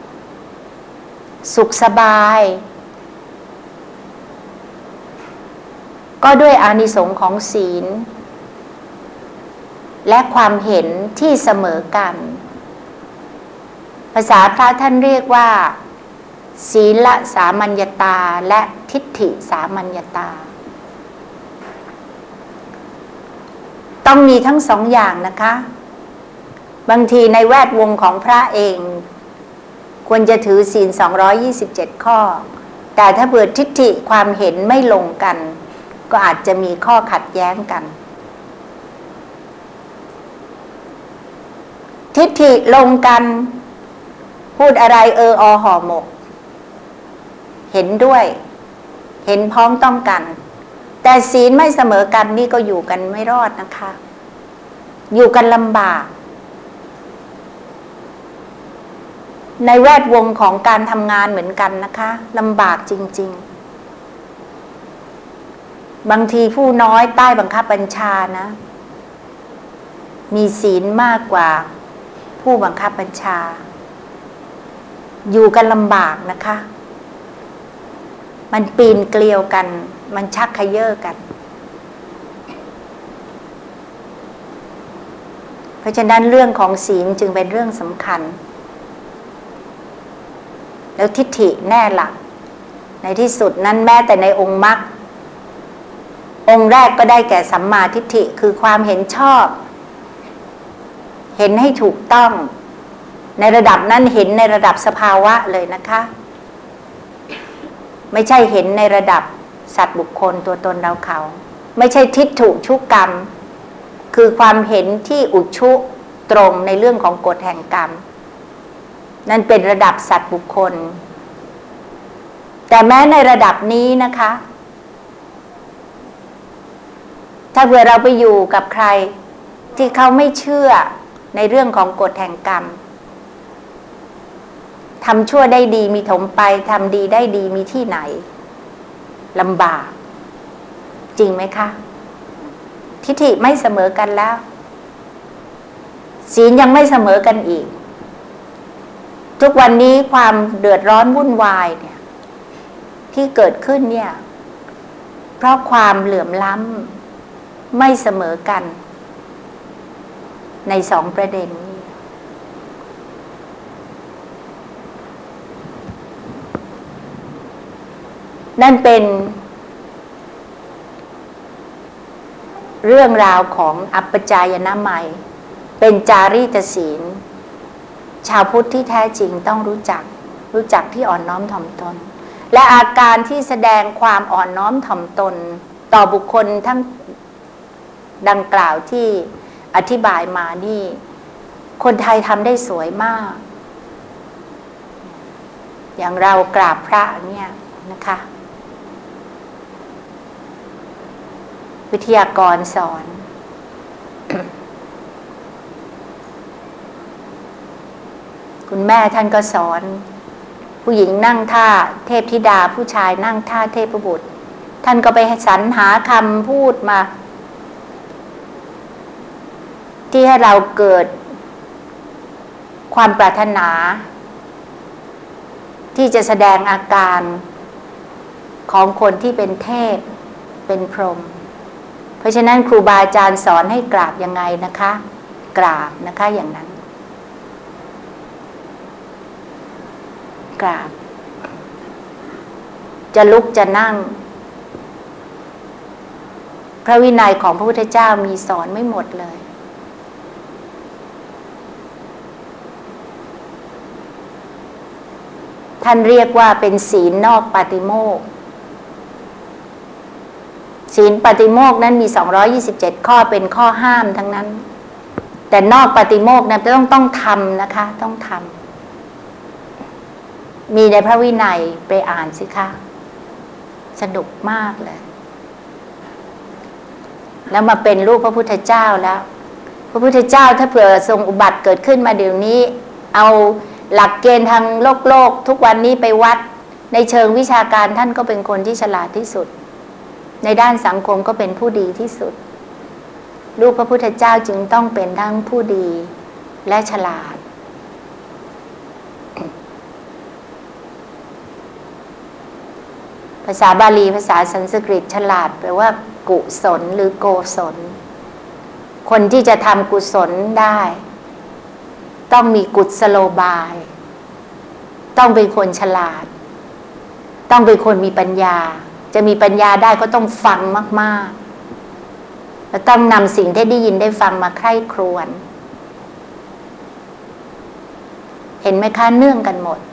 สุขสบายก็ด้วยอานิสงส์ของศีลและความเห็นที่เสมอกันภาษาพระท่านเรียกว่าศีลสามัญญตาและทิฏฐิสามัญญตาต้องมีทั้งสองอย่างนะคะบางทีในแวดวงของพระเองควรจะถือศีลสองร้อยยี่สิบเจ็ดข้อแต่ถ้าเกิดทิฏฐิความเห็นไม่ลงกันก็อาจจะมีข้อขัดแย้งกันทิฏฐิลงกันพูดอะไรเอออห่อหมกเห็นด้วยเห็นพ้องต้องกันแต่ศีลไม่เสมอกันนี่ก็อยู่กันไม่รอดนะคะอยู่กันลำบากในแวดวงของการทำงานเหมือนกันนะคะลำบากจริงๆบางทีผู้น้อยใต้บังคับบัญชานะมีศีลมากกว่าผู้บังคับบัญชาอยู่กันลำบากนะคะมันปีนเกลียวกันมันชักเขย่อกันเพราะฉะนั้นเรื่องของศีลจึงเป็นเรื่องสำคัญแล้วทิฏฐิแน่หลักในที่สุดนั้นแม้แต่ในองค์มรรคองค์แรกก็ได้แก่สัมมาทิฏฐิคือความเห็นชอบเห็นให้ถูกต้องในระดับนั้นเห็นในระดับสภาวะเลยนะคะไม่ใช่เห็นในระดับสัตว์บุคคลตัวตนเราเขาไม่ใช่ทิฏฐุชุกรรมคือความเห็นที่อุชุตรงในเรื่องของกฎแห่งกรรมนั่นเป็นระดับสัตว์บุคคลแต่แม้ในระดับนี้นะคะถ้าเผื่อเราไปอยู่กับใครที่เขาไม่เชื่อในเรื่องของกฎแห่งกรรมทำชั่วได้ดีมีถมไปทำดีได้ดีมีที่ไหนลำบากจริงไหมคะทิฏฐิไม่เสมอกันแล้วศีลยังไม่เสมอกันอีกทุกวันนี้ความเดือดร้อนวุ่นวายเนี่ยที่เกิดขึ้นเนี่ยเพราะความเหลื่อมล้ำไม่เสมอกันในสองประเด็นนี้นั่นเป็นเรื่องราวของอัปปจายนะมัยเป็นจารีตศีลชาวพุทธที่แท้จริงต้องรู้จักรู้จักที่อ่อนน้อมถ่อมตนและอาการที่แสดงความอ่อนน้อมถ่อมตนต่อบุคคลทั้งดังกล่าวที่อธิบายมานี่คนไทยทำได้สวยมากอย่างเรากราบพระเนี่ยนะคะวิทยากรสอน คุณแม่ท่านก็สอนผู้หญิงนั่งท่าเทพธิดาผู้ชายนั่งท่าเทพบุตรท่านก็ไปสรรหาคำพูดมาที่ให้เราเกิดความปรารถนาที่จะแสดงอาการของคนที่เป็นเทพเป็นพรหมเพราะฉะนั้นครูบาอาจารย์สอนให้กราบยังไงนะคะกราบนะคะอย่างนั้นกราบจะลุกจะนั่งพระวินัยของพระพุทธเจ้ามีสอนไม่หมดเลยท่านเรียกว่าเป็นศีลนอกปาติโมกข์ศีลปาติโมกข์นั้นมีสองร้อยยี่สิบเจ็ดข้อเป็นข้อห้ามทั้งนั้นแต่นอกปาติโมกข์นั้นต้องต้องทำนะคะต้องทำมีในพระวินัยไปอ่านสิคะสนุกมากเลยแล้วมาเป็นลูกพระพุทธเจ้าแล้วพระพุทธเจ้าถ้าเผื่อทรงอุบัติเกิดขึ้นมาเดี๋ยวนี้เอาหลักเกณฑ์ทางโลกโลกทุกวันนี้ไปวัดในเชิงวิชาการท่านก็เป็นคนที่ฉลาดที่สุดในด้านสังคมก็เป็นผู้ดีที่สุดลูกพระพุทธเจ้าจึงต้องเป็นทั้งผู้ดีและฉลาดภาษาบาลีภาษาสันสกฤตฉลาดแปลว่ากุศลหรือโกศลคนที่จะทำกุศลได้ต้องมีกุศโลบายต้องเป็นคนฉลาดต้องเป็นคนมีปัญญาจะมีปัญญาได้ก็ต้องฟังมากๆและต้องนำสิ่งที่ได้ยินได้ฟังมาใคร่ครวญเห็นไหมคะเนื่องกันหมด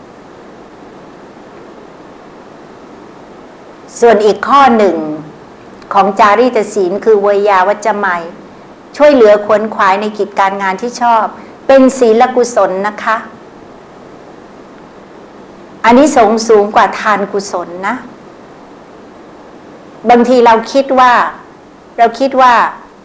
ส่วนอีกข้อหนึ่งของจารีตศีลคือเวยาวัจจะไมยช่วยเหลือขวนขวายในกิจการงานที่ชอบเป็นศีลกุศลนะคะอันนี้สงสูงกว่าทานกุศลนะบางทีเราคิดว่าเราคิดว่า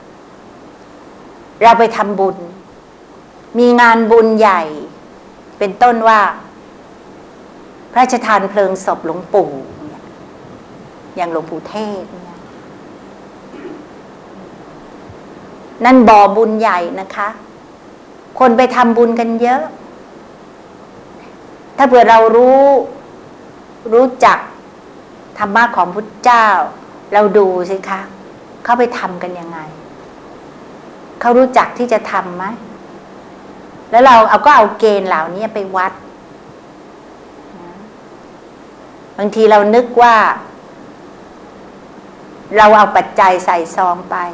เราไปทำบุญมีงานบุญใหญ่เป็นต้นว่าพระราชทานเพลิงศพหลวงปู่อย่างหลวงปู่เทศเนี่ยนั่นบ่อบุญใหญ่นะคะคนไปทำบุญกันเยอะถ้าเผื่อเรารู้รู้จักธรรมะของพุทธเจ้าเราดูสิคะเขาไปทำกันยังไงเขารู้จักที่จะทำไหมแล้วเราเอาก็เอาเกณฑ์เหล่านี้ไปวัดบางทีเรานึกว่าเราเอาปัจจัยใส่ซองไป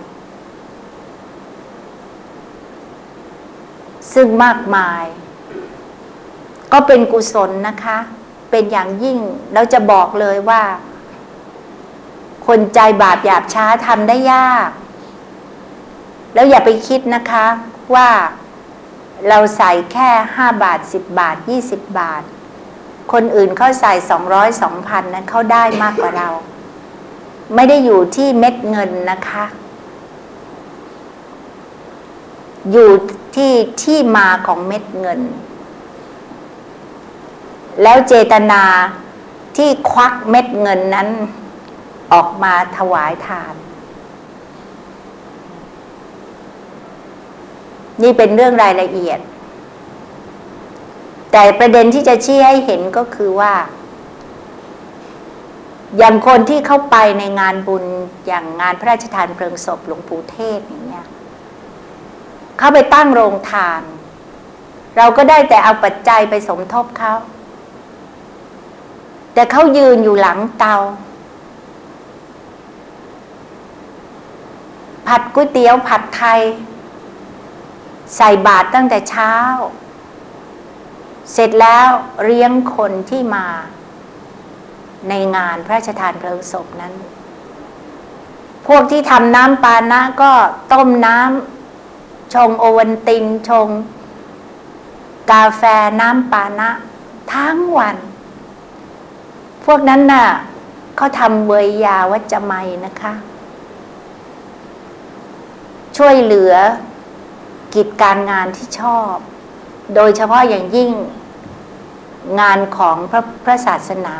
ซึ่งมากมายก็เป็นกุศลนะคะเป็นอย่างยิ่งเราจะบอกเลยว่าคนใจบาปหยาบช้าทำได้ยากแล้วอย่าไปคิดนะคะว่าเราใส่แค่ห้าบาทสิบบาทยี่สิบบาทคนอื่นเขาใส่สองร้อยสองพันนั้นเขาได้มากกว่าเราไม่ได้อยู่ที่เม็ดเงินนะคะอยู่ที่ที่มาของเม็ดเงินแล้วเจตนาที่ควักเม็ดเงินนั้นออกมาถวายทานนี่เป็นเรื่องรายละเอียดแต่ประเด็นที่จะชี้ให้เห็นก็คือว่าอย่างคนที่เข้าไปในงานบุญอย่างงานพระราชทานเพลิงศพหลวงปู่เทศอย่างเงี้ยเขาไปตั้งโรงทานเราก็ได้แต่เอาปัจจัยไปสมทบเขาแต่เขายืนอยู่หลังเตาผัดก๋วยเตี๋ยวผัดไทยใส่บาตรตั้งแต่เช้าเสร็จแล้วเลี้ยงคนที่มาในงานพระราชทานเพลิงศพนั้นพวกที่ทำน้ำปานะก็ต้มน้ำชงโอวัลตินชงกาแฟน้ำปานะทั้งวันพวกนั้นน่ะเขาทำเวยยาวัจจะไมนะคะ ช่วยเหลือกิจการงานที่ชอบโดยเฉพาะอย่างยิ่งงานของพระพระศาสนา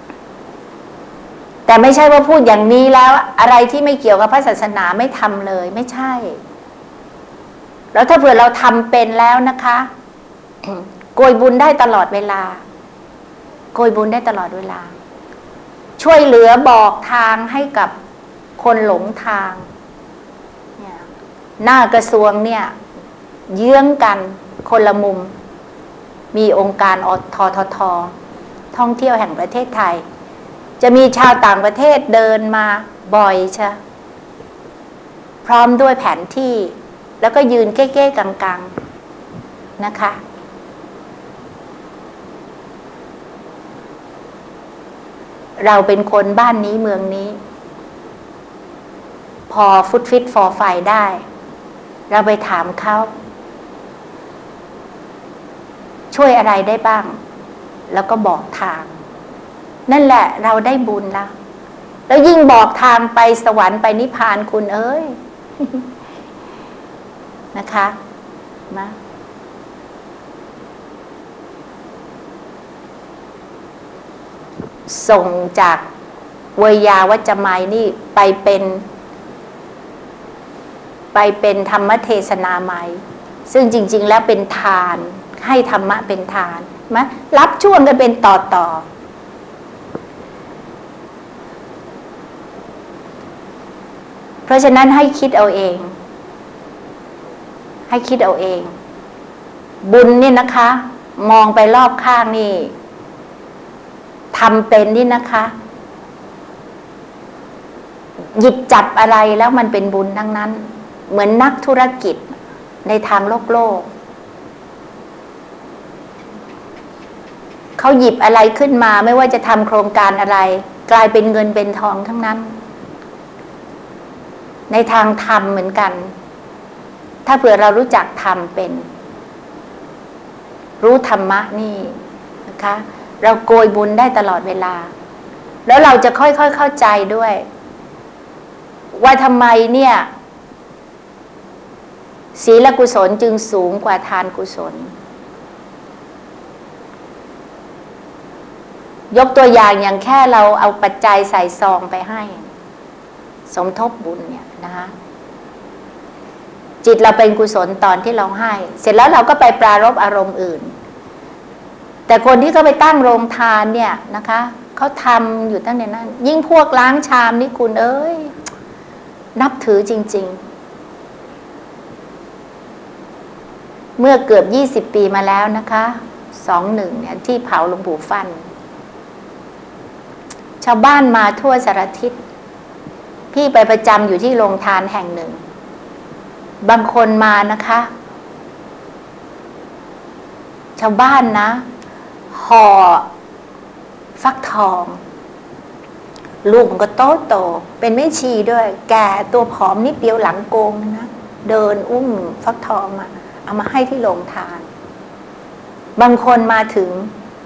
แต่ไม่ใช่ว่าพูดอย่างนี้แล้วอะไรที่ไม่เกี่ยวกับพระศาสนาไม่ทำเลยไม่ใช่แล้วถ้าเผื่อเราทำเป็นแล้วนะคะโกยบุญได้ตลอดเวลาโกยบุญได้ตลอดเวลาช่วยเหลือบอกทางให้กับคนหลงทางเนี่ยหน้ากระทรวงเนี่ยเยื้องกันคนละมุมมีองค์การอทททท่องเที่ยวแห่งประเทศไทยจะมีชาวต่างประเทศเดินมาบ่อยใช่พร้อมด้วยแผนที่แล้วก็ยืนเก้ๆกังๆนะคะเราเป็นคนบ้านนี้เมืองนี้พอฟุตฟิตฟอร์ไฟได้เราไปถามเขาช่วยอะไรได้บ้างแล้วก็บอกทางนั่นแหละเราได้บุญแล้วแล้วยิ่งบอกทางไปสวรรค์ไปนิพพานคุณเอ้ย นะคะมาส่งจากเวยาวัจจะไมนี่ไปเป็นไปเป็นธรรมเทศนาไมซึ่งจริงๆแล้วเป็นทานให้ธรรมะเป็นทานมะรับช่วงกันเป็นต่อต่อเพราะฉะนั้นให้คิดเอาเองให้คิดเอาเองบุญนี่นะคะมองไปรอบข้างนี่ทำเป็นนี่นะคะหยิบจับอะไรแล้วมันเป็นบุญทั้งนั้นเหมือนนักธุรกิจในทางโลกโลกเขาหยิบอะไรขึ้นมาไม่ว่าจะทำโครงการอะไรกลายเป็นเงินเป็นทองทั้งนั้นในทางธรรมเหมือนกันถ้าเผื่อเรารู้จักธรรมเป็นรู้ธรรมะนี่นะคะเราโกยบุญได้ตลอดเวลาแล้วเราจะค่อยๆเข้าใจด้วยว่าทำไมเนี่ยศีลกุศลจึงสูงกว่าทานกุศลยกตัวอย่างอย่างแค่เราเอาปัจจัยใส่ซองไปให้สมทบบุญเนี่ยนะคะจิตเราเป็นกุศลตอนที่เราให้เสร็จแล้วเราก็ไปปรารภอารมณ์อื่นแต่คนที่เขาไปตั้งโรงทานเนี่ยนะคะเขาทำอยู่ตั้งแต่นั้นยิ่งพวกล้างชามนี่คุณเอ้ยนับถือจริงๆเมื่อเกือบยี่สิบปีมาแล้วนะคะสองหนึ่งเนี่ยที่เผาหลวงปู่ฟั่นชาวบ้านมาทั่วสารทิศพี่ไปประจำอยู่ที่โรงทานแห่งหนึ่งบางคนมานะคะชาวบ้านนะห่อฟักทองลูกมันก็โตโตเป็นแม่ชีด้วยแก่ตัวผอมนิดเดียวหลังโกงนะเดินอุ้มฟักทองมาเอามาให้ที่โรงทานบางคนมาถึง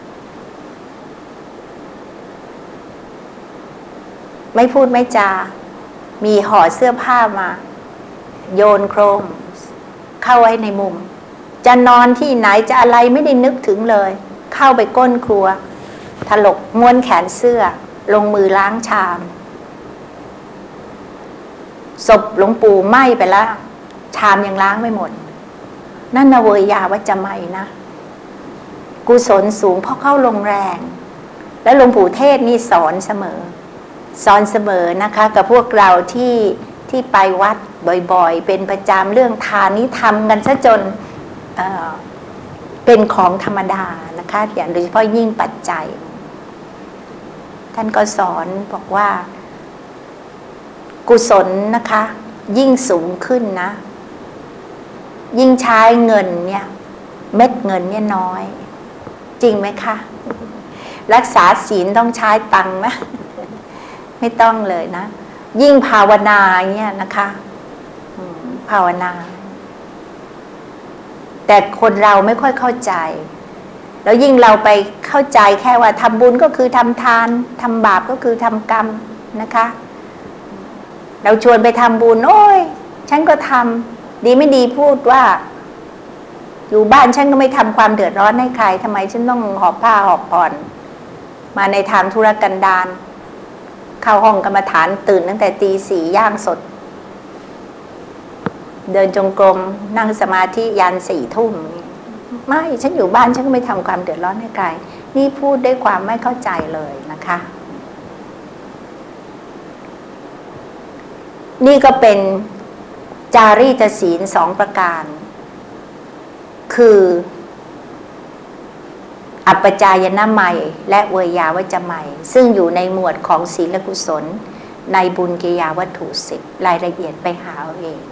ไม่พูดไม่จามีห่อเสื้อผ้ามาโยนโครมเข้าไว้ในมุมจะนอนที่ไหนจะอะไรไม่ได้นึกถึงเลยเข้าไปก้นครัวถลกม้วนแขนเสื้อลงมือล้างชามศพหลวงปู่ไหม้ไปแล้วชามยังล้างไม่หมดนั่นนะเวยาวัจจะไมนะกุศลสูงเพราะเข้าลงแรงและหลวงปู่เทศนี่สอนเสมอสอนเสมอนะคะกับพวกเราที่ที่ไปวัดบ่อยๆเป็นประจำเรื่องทานนี้ทำกันซะจน เอ่อ เป็นของธรรมดานะคะอย่างโดยเฉพาะยิ่งปัจจัยท่านก็สอนบอกว่ากุศลนะคะยิ่งสูงขึ้นนะยิ่งใช้เงินเนี่ยเม็ดเงินเนี่ยน้อยจริงไหมคะรักษาศีลต้องใช้ตังค์ไหมไม่ต้องเลยนะยิ่งภาวนาเนี่ยนะคะภาวนาแต่คนเราไม่ค่อยเข้าใจแล้วยิ่งเราไปเข้าใจแค่ว่าทำบุญก็คือทำทานทำบาปก็คือทำกรรมนะคะเราชวนไปทำบุญโอ้ยฉันก็ทำดีไม่ดีพูดว่าอยู่บ้านฉันก็ไม่ทำความเดือดร้อนให้ใครทำไมฉันต้องหอบผ้าหอบผ่อนมาในทางธุรกันดารเข้าห้องกรรมฐานตื่นตั้งแต่ตีสี่ย่างสดเดินจงกรมนั่งสมาธิยันสี่ทุ่มไม่ฉันอยู่บ้านฉันก็ไม่ทำความเดือดร้อนให้ใครนี่พูดด้วยความไม่เข้าใจเลยนะคะนี่ก็เป็นจารีตศีลสองประการคืออัปปจายนะไมยและเวยาวจไมยซึ่งอยู่ในหมวดของศีลกุศลในบุญกิยาวัตถุสิบรายละเอียดไปหาเอาเอง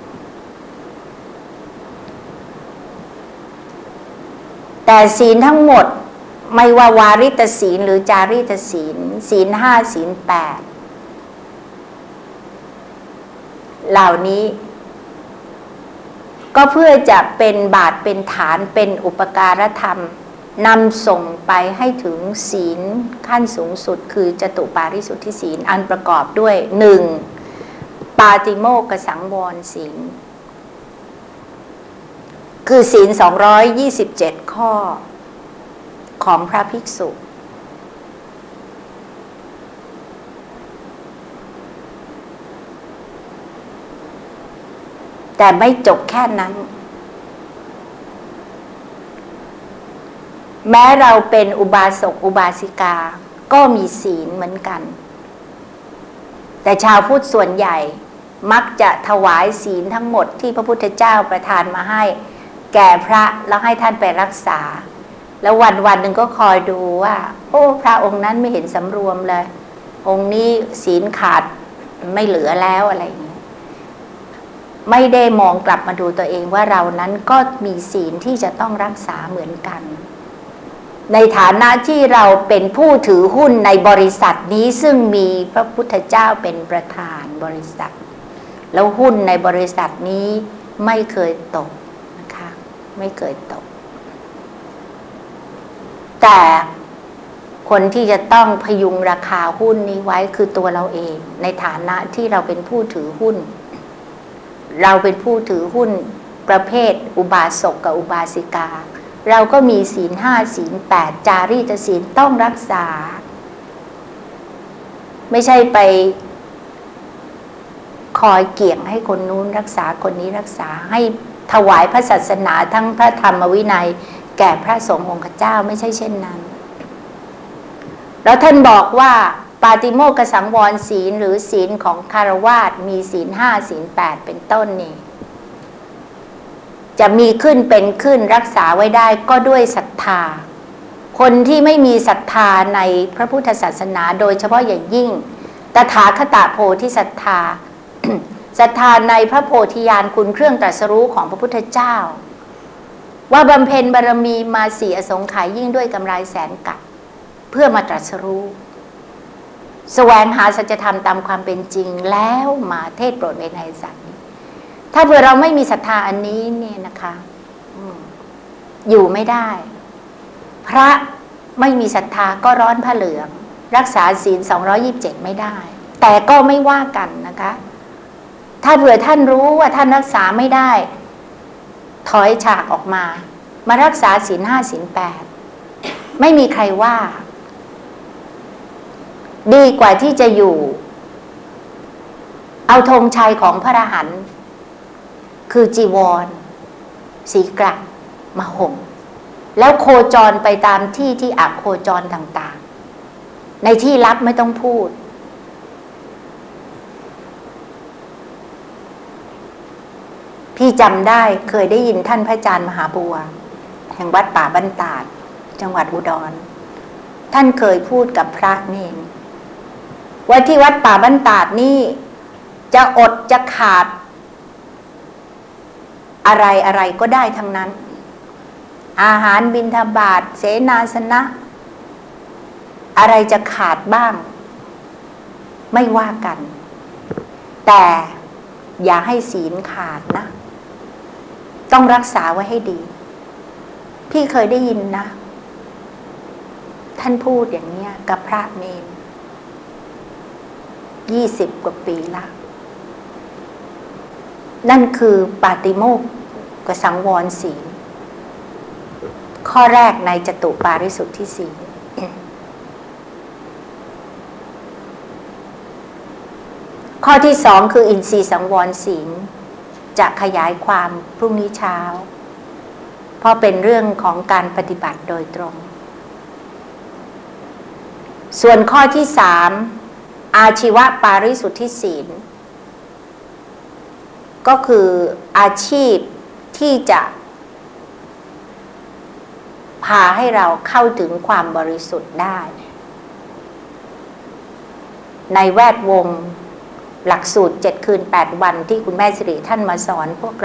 แต่ศีลทั้งหมดไม่ว่าวาริตศีลหรือจารีตศีลศีลห้าศีลแปดเหล่านี้ก็เพื่อจะเป็นบาทเป็นฐานเป็นอุปการธรรมนำส่งไปให้ถึงศีลขั้นสูงสุดคือจตุปาริสุทธิศีลอันประกอบด้วยหนึ่งปาติโมกขสังวรศีลคือศีลสองร้อยยี่สิบเจ็ดข้อของพระภิกษุแต่ไม่จบแค่นั้นแม้เราเป็นอุบาสกอุบาสิกาก็มีศีลเหมือนกันแต่ชาวพุทธส่วนใหญ่มักจะถวายศีลทั้งหมดที่พระพุทธเจ้าประทานมาให้แก่พระแล้วให้ท่านไปรักษาแล้ววันวันหนึ่งก็คอยดูว่าโอ้พระองค์นั้นไม่เห็นสำรวมเลยองค์นี้ศีลขาดไม่เหลือแล้วอะไรอย่างนี้ไม่ได้มองกลับมาดูตัวเองว่าเรานั้นก็มีศีลที่จะต้องรักษาเหมือนกันในฐานะที่เราเป็นผู้ถือหุ้นในบริษัทนี้ซึ่งมีพระพุทธเจ้าเป็นประธานบริษัทแล้วหุ้นในบริษัทนี้ไม่เคยตกนะคะไม่เคยตกแต่คนที่จะต้องพยุงราคาหุ้นนี้ไว้คือตัวเราเองในฐานะที่เราเป็นผู้ถือหุ้นเราเป็นผู้ถือหุ้นประเภทอุบาสกกับอุบาสิกาเราก็มีศีลห้าศีลแปดจารีตศีลต้องรักษาไม่ใช่ไปคอยเกี่ยงให้คนนู้นรักษาคนนี้รักษาให้ถวายพระศาสนาทั้งพระธรรมวินัยแก่พระสงฆ์องค์เจ้าไม่ใช่เช่นนั้นแล้วท่านบอกว่าปาติโมกขสังวรศีลหรือศีลของคฤหัสถ์มีศีลห้าศีลแปดเป็นต้นนี่จะมีขึ้นเป็นขึ้นรักษาไว้ได้ก็ด้วยศรัทธาคนที่ไม่มีศรัทธาในพระพุทธศาสนาโดยเฉพาะอย่างยิ่งตถาคตโพธิศรัทธา ศรัทธาในพระโพธิญาณคุณเครื่องตรัสรู้ของพระพุทธเจ้าว่าบำเพ็ญบารมีมาสี่อสงไขยยิ่งด้วยกำไรแสนกับเพื่อมาตรัสรู้แสวงหาสัจธรรมตามความเป็นจริงแล้วมาเทศโปรดเวไนยสัตว์ถ้าเผื่อเราไม่มีศรัทธาอันนี้เนี่ยนะคะอยู่ไม่ได้พระไม่มีศรัทธาก็ร้อนผ้าเหลืองรักษาศีลสองร้อยยี่สิบเจ็ดไม่ได้แต่ก็ไม่ว่ากันนะคะถ้าเผื่อท่านรู้ว่าท่านรักษาไม่ได้ถอยฉากออกมามารักษาศีลห้าศีลแปดไม่มีใครว่าดีกว่าที่จะอยู่เอาธงชัยของพระอรหันต์คือจีวรสีกรักมาห่มแล้วโคจรไปตามที่ที่อักโคจรต่างๆในที่ลับไม่ต้องพูดพี่จำได้เคยได้ยินท่านพระอาจารย์มหาบัวแห่งวัดป่าบ้านตาดจังหวัดอุดรท่านเคยพูดกับพระนี่ว่าที่วัดป่าบ้านตาดนี่จะอดจะขาดอะไรอะไรก็ได้ทั้งนั้นอาหารบิณฑบาตเสนาสนะอะไรจะขาดบ้างไม่ว่ากัน แต่อย่าให้ศีลขาดนะต้องรักษาไว้ให้ดีพี่เคยได้ยินนะท่านพูดอย่างนี้กับพระเนรยี่สิบกว่าปีละนั่นคือปาติโมกข์กับสังวรศีลข้อแรกในจตุปาริสุทธิศีลข้อที่สองคืออินทรีย์สังวรศีลจะขยายความพรุ่งนี้เช้าเพราะเป็นเรื่องของการปฏิบัติโดยตรงส่วนข้อที่สามอาชีวปาริสุทธิศีลก็คืออาชีพที่จะพาให้เราเข้าถึงความบริสุทธิ์ได้ในแวดวงหลักสูตรเจ็ดคืนแปดวันที่คุณแม่สิริท่านมาสอนพวก